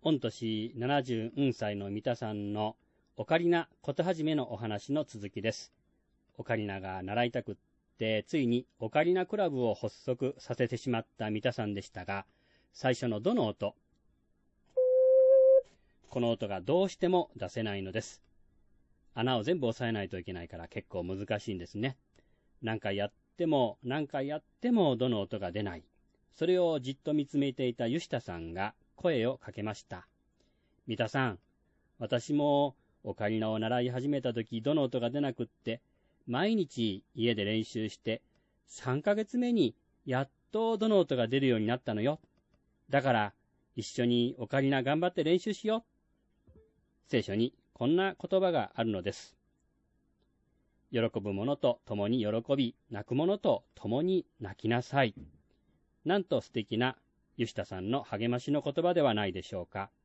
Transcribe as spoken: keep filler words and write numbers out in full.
御年ななじゅうよんさいの三田さんのオカリナことはじめのお話の続きです。オカリナが習いたくって、ついにオカリナクラブを発足させてしまった三田さんでしたが、最初のドの音、この音がどうしても出せないのです。穴を全部押さえないといけないから結構難しいんですね。何回やっても何回やってもドの音が出ない。それをじっと見つめていた吉田さんが声をかけました。三田さん、私もオカリナを習い始めた時ドの音が出なくって、毎日家で練習してさんかげつめにやっとドの音が出るようになったのよ。だから一緒にオカリナ頑張って練習しよう。聖書にこんな言葉があるのです。喜ぶ者と共に喜び、泣く者と共に泣きなさい。なんと素敵な吉田さんの励ましの言葉ではないでしょうか。